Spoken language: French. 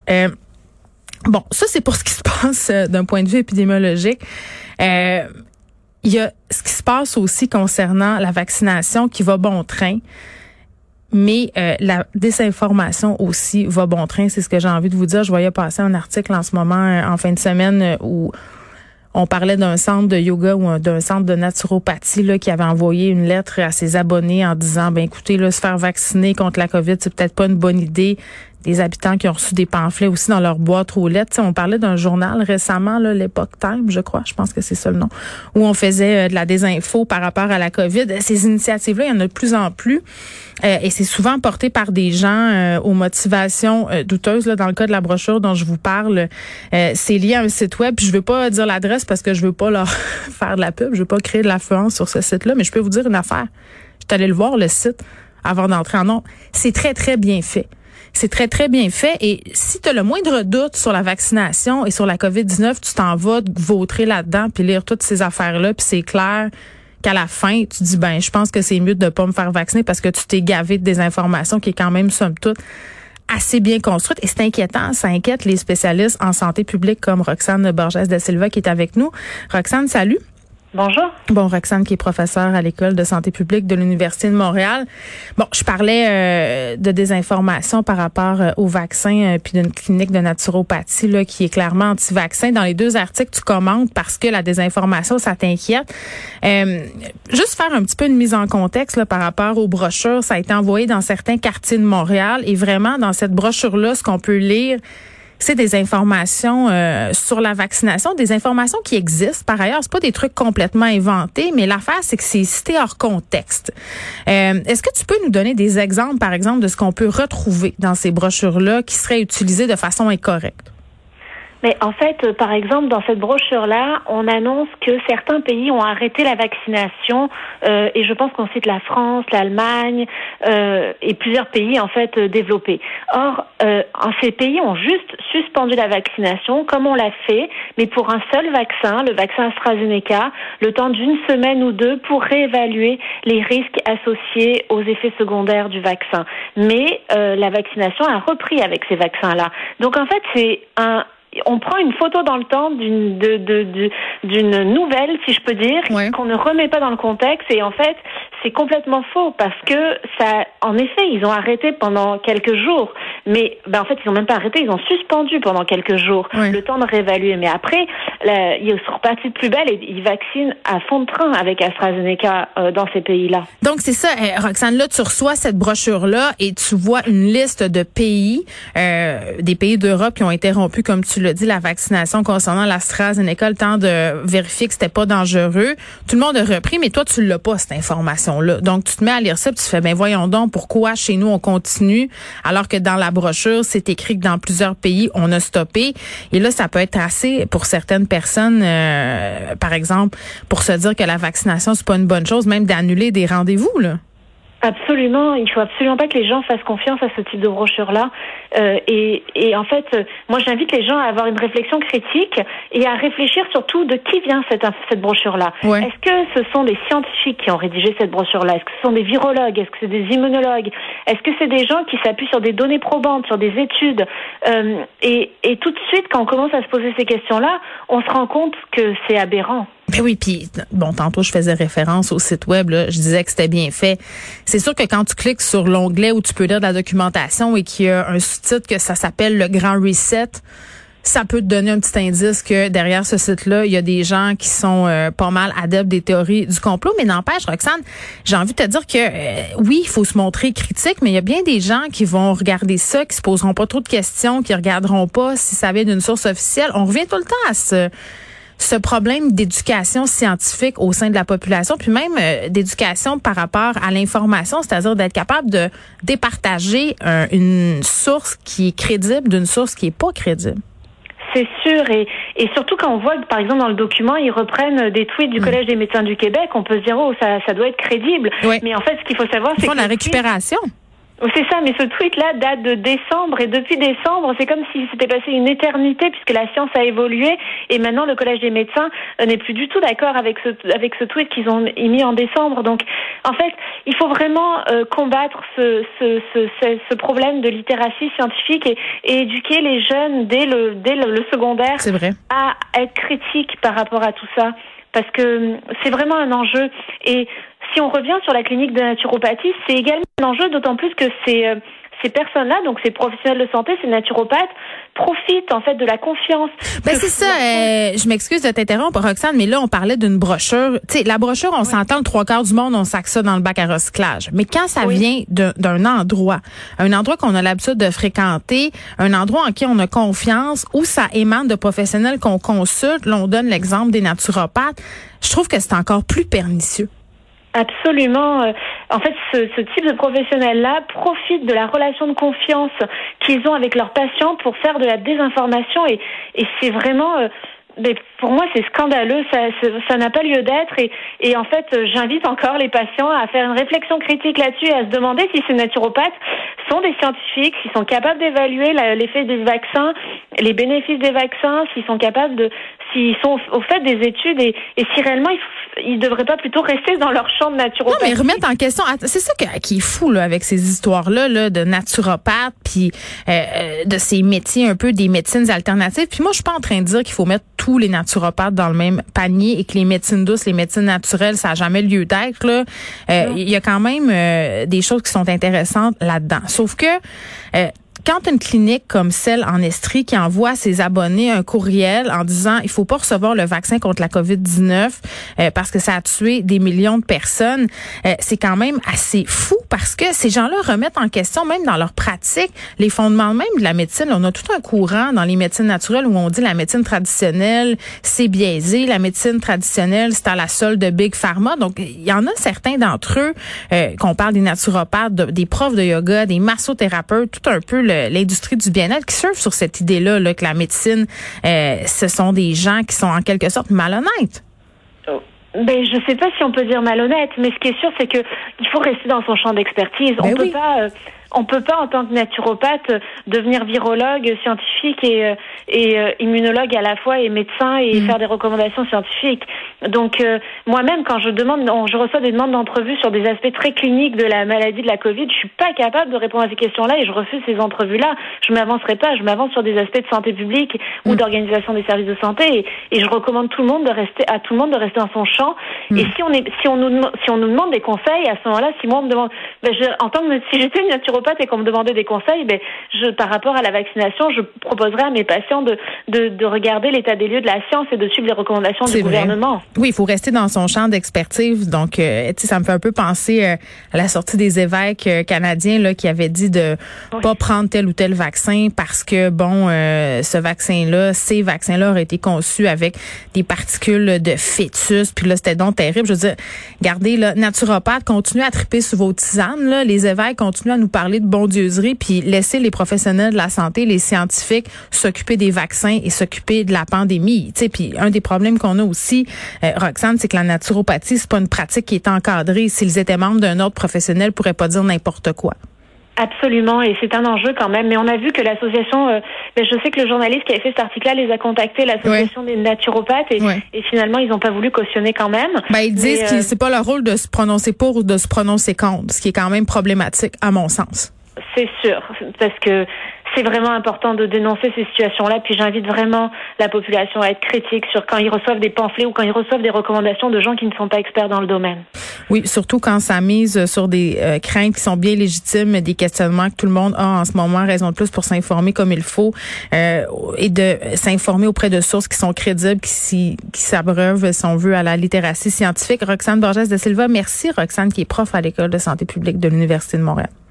Bon, ça, c'est pour ce qui se passe d'un point de vue épidémiologique. Il y a ce qui se passe aussi concernant la vaccination qui va bon train. Mais la désinformation aussi va bon train. C'est ce que j'ai envie de vous dire. Je voyais passer un article en ce moment, en fin de semaine, où on parlait d'un centre de yoga ou d'un centre de naturopathie là, qui avait envoyé une lettre à ses abonnés en disant, écoutez, là, se faire vacciner contre la COVID, c'est peut-être pas une bonne idée. Des habitants qui ont reçu des pamphlets aussi dans leur boîte aux lettres. T'sais, on parlait d'un journal récemment, là, l'Epoch Time, je crois, je pense que c'est ça le nom, où on faisait de la désinfo par rapport à la COVID. Ces initiatives-là, il y en a de plus en plus. Et c'est souvent porté par des gens aux motivations douteuses. Là, dans le cas de la brochure dont je vous parle, c'est lié à un site web. Puis je veux pas dire l'adresse parce que je veux pas leur faire de la pub. Je veux pas créer de l'affluence sur ce site-là. Mais je peux vous dire une affaire. Je suis allée le voir, le site, avant d'entrer en nom. C'est très, très bien fait. C'est très, très bien fait. Et si tu as le moindre doute sur la vaccination et sur la COVID-19, tu t'en vas vautrer là-dedans puis lire toutes ces affaires-là. Puis c'est clair qu'à la fin, tu dis, je pense que c'est mieux de pas me faire vacciner parce que tu t'es gavé de des informations qui est quand même, somme toute, assez bien construite. Et c'est inquiétant. Ça inquiète les spécialistes en santé publique comme Roxane Borges da Silva qui est avec nous. Roxane, salut. Bonjour. Bon, Roxane qui est professeure à l'École de santé publique de l'Université de Montréal. Bon, je parlais de désinformation par rapport au vaccin puis d'une clinique de naturopathie là qui est clairement anti-vaccin. Dans les deux articles, tu commentes parce que la désinformation, ça t'inquiète. Juste faire un petit peu une mise en contexte là, par rapport aux brochures. Ça a été envoyé dans certains quartiers de Montréal et vraiment, dans cette brochure-là, ce qu'on peut lire, c'est des informations sur la vaccination, des informations qui existent. Par ailleurs, c'est pas des trucs complètement inventés, mais l'affaire, c'est que c'est cité hors contexte. Est-ce que tu peux nous donner des exemples, par exemple, de ce qu'on peut retrouver dans ces brochures-là qui seraient utilisées de façon incorrecte? Mais en fait, par exemple, dans cette brochure-là, on annonce que certains pays ont arrêté la vaccination, et je pense qu'on cite la France, l'Allemagne, et plusieurs pays en fait développés. Or, ces pays ont juste suspendu la vaccination, comme on l'a fait, mais pour un seul vaccin, le vaccin AstraZeneca, le temps d'une semaine ou deux pour réévaluer les risques associés aux effets secondaires du vaccin. Mais la vaccination a repris avec ces vaccins-là. Donc en fait, on prend une photo dans le temps d'une nouvelle, si je peux dire, qu'on ne remet pas dans le contexte, et en fait, c'est complètement faux parce que ça, en effet, ils ont arrêté pendant quelques jours, mais en fait, ils ont même pas arrêté, ils ont suspendu pendant quelques jours le temps de réévaluer. Mais après, ils sont repartis de plus belle et ils vaccinent à fond de train avec AstraZeneca dans ces pays-là. Donc c'est ça, Roxane, là tu reçois cette brochure-là et tu vois une liste de pays, des pays d'Europe qui ont interrompu, comme tu l'as dit, la vaccination concernant l'AstraZeneca, le temps de vérifier que c'était pas dangereux. Tout le monde a repris, mais toi tu l'as pas cette information-là. Donc tu te mets à lire ça, puis tu fais voyons donc pourquoi chez nous on continue alors que dans la brochure c'est écrit que dans plusieurs pays on a stoppé. Et là ça peut être assez pour certaines personnes, par exemple, pour se dire que la vaccination c'est pas une bonne chose, même d'annuler des rendez-vous là. Absolument, il faut absolument pas que les gens fassent confiance à ce type de brochure-là. Et en fait, moi j'invite les gens à avoir une réflexion critique et à réfléchir surtout de qui vient cette brochure-là. Ouais. Est-ce que ce sont des scientifiques qui ont rédigé cette brochure-là? Est-ce que ce sont des virologues? Est-ce que c'est des immunologues? Est-ce que c'est des gens qui s'appuient sur des données probantes, sur des études? Et tout de suite, quand on commence à se poser ces questions-là, on se rend compte que c'est aberrant. Mais oui, puis tantôt je faisais référence au site web, là, je disais que c'était bien fait. C'est sûr que quand tu cliques sur l'onglet où tu peux lire de la documentation et qu'il y a un sous-titre que ça s'appelle le Grand Reset, ça peut te donner un petit indice que derrière ce site-là, il y a des gens qui sont pas mal adeptes des théories du complot. Mais n'empêche, Roxane, j'ai envie de te dire que oui, il faut se montrer critique, mais il y a bien des gens qui vont regarder ça, qui se poseront pas trop de questions, qui regarderont pas si ça vient d'une source officielle. On revient tout le temps à ce problème d'éducation scientifique au sein de la population, puis même d'éducation par rapport à l'information, c'est-à-dire d'être capable de départager une source qui est crédible d'une source qui est pas crédible. C'est sûr, et surtout quand on voit que, par exemple, dans le document, ils reprennent des tweets du Collège des médecins du Québec, on peut se dire, ça doit être crédible. Oui. Mais en fait, ce qu'il faut savoir, c'est que la récupération. C'est ça, mais ce tweet-là date de décembre et depuis décembre, c'est comme si c'était passé une éternité puisque la science a évolué et maintenant le Collège des médecins n'est plus du tout d'accord avec ce tweet qu'ils ont émis en décembre. Donc, en fait, il faut vraiment combattre ce problème de littératie scientifique et éduquer les jeunes dès le secondaire à être critiques par rapport à tout ça. Parce que c'est vraiment un enjeu. Et si on revient sur la clinique de naturopathie, c'est également un enjeu, d'autant plus que ces personnes-là, donc ces professionnels de santé, ces naturopathes, profitent en fait de la confiance. Ben c'est ça. Je m'excuse de t'interrompre, Roxane, mais là on parlait d'une brochure. Tu sais, la brochure, on s'entend, le 3/4 du monde, on sac ça dans le bac à recyclage. Mais quand ça vient d'un endroit, un endroit qu'on a l'habitude de fréquenter, un endroit en qui on a confiance, où ça émane de professionnels qu'on consulte, là on donne l'exemple des naturopathes. Je trouve que c'est encore plus pernicieux. Absolument. En fait, ce type de professionnels-là profitent de la relation de confiance qu'ils ont avec leurs patients pour faire de la désinformation et c'est vraiment... Mais pour moi, c'est scandaleux, ça n'a pas lieu d'être et en fait, j'invite encore les patients à faire une réflexion critique là-dessus et à se demander si ces naturopathes sont des scientifiques, s'ils sont capables d'évaluer l'effet des vaccins, les bénéfices des vaccins, s'ils sont au fait des études et si réellement ils devraient pas plutôt rester dans leur champ de naturopathie. Non, mais remettre en question, c'est ça qui est fou là avec ces histoires-là là, de naturopathes puis de ces métiers un peu des médecines alternatives. Puis moi, je suis pas en train de dire qu'il faut mettre tous les naturopathes dans le même panier et que les médecines douces, les médecines naturelles, ça n'a jamais lieu d'être là. Il y a quand même des choses qui sont intéressantes là-dedans. Sauf que quand une clinique comme celle en Estrie qui envoie à ses abonnés un courriel en disant il faut pas recevoir le vaccin contre la COVID-19 parce que ça a tué des millions de personnes, c'est quand même assez fou parce que ces gens-là remettent en question même dans leur pratique les fondements même de la médecine. On a tout un courant dans les médecines naturelles où on dit la médecine traditionnelle c'est biaisé, la médecine traditionnelle c'est à la solde de Big Pharma. Donc il y en a certains d'entre eux qu'on parle des naturopathes, des profs de yoga, des massothérapeutes, tout un peu l'industrie du bien-être qui surfe sur cette idée-là là, que la médecine, ce sont des gens qui sont en quelque sorte malhonnêtes. Ben, je sais pas si on peut dire malhonnête, mais ce qui est sûr, c'est que il faut rester dans son champ d'expertise. On peut pas en tant que naturopathe devenir virologue, scientifique et immunologue à la fois et médecin et faire des recommandations scientifiques. Donc moi-même quand je reçois des demandes d'entrevue sur des aspects très cliniques de la maladie de la Covid, je suis pas capable de répondre à ces questions-là et je refuse ces entrevues-là. Je m'avance sur des aspects de santé publique ou d'organisation des services de santé et je recommande à tout le monde de rester dans son champ. Et si on nous demande des conseils, à ce moment-là, si moi on me demande si j'étais une naturopathe et qu'on me demandait des conseils, par rapport à la vaccination, je proposerais à mes patients de regarder l'état des lieux de la science et de suivre les recommandations du gouvernement. Oui, il faut rester dans son champ d'expertise. Donc, ça me fait un peu penser à la sortie des évêques canadiens là qui avaient dit de pas prendre tel ou tel vaccin parce que ces vaccins-là auraient été conçus avec des particules de fœtus. Puis là, c'était donc terrible. Je veux dire, regardez, là, naturopathes, continuez à triper sur vos tisanes. Là, les évêques continuent à nous parler de bondieuserie, puis laisser les professionnels de la santé, les scientifiques, s'occuper des vaccins et s'occuper de la pandémie. Tu sais, puis un des problèmes qu'on a aussi, Roxane, c'est que la naturopathie, c'est pas une pratique qui est encadrée. S'ils étaient membres d'un ordre professionnel, ils pourraient pas dire n'importe quoi. Absolument, et c'est un enjeu quand même. Mais on a vu que l'association, je sais que le journaliste qui avait fait cet article-là les a contactés, l'association des naturopathes, et finalement, ils n'ont pas voulu cautionner quand même. Ils disent que c'est pas leur rôle de se prononcer pour ou de se prononcer contre, ce qui est quand même problématique, à mon sens. C'est sûr, parce que c'est vraiment important de dénoncer ces situations-là. Puis j'invite vraiment la population à être critique sur quand ils reçoivent des pamphlets ou quand ils reçoivent des recommandations de gens qui ne sont pas experts dans le domaine. Oui, surtout quand ça mise sur des craintes qui sont bien légitimes, des questionnements que tout le monde a en ce moment, raison de plus pour s'informer comme il faut et de s'informer auprès de sources qui sont crédibles, qui s'abreuvent, si on veut, à la littératie scientifique. Roxane Borges de Silva, merci. Roxane qui est prof à l'École de santé publique de l'Université de Montréal.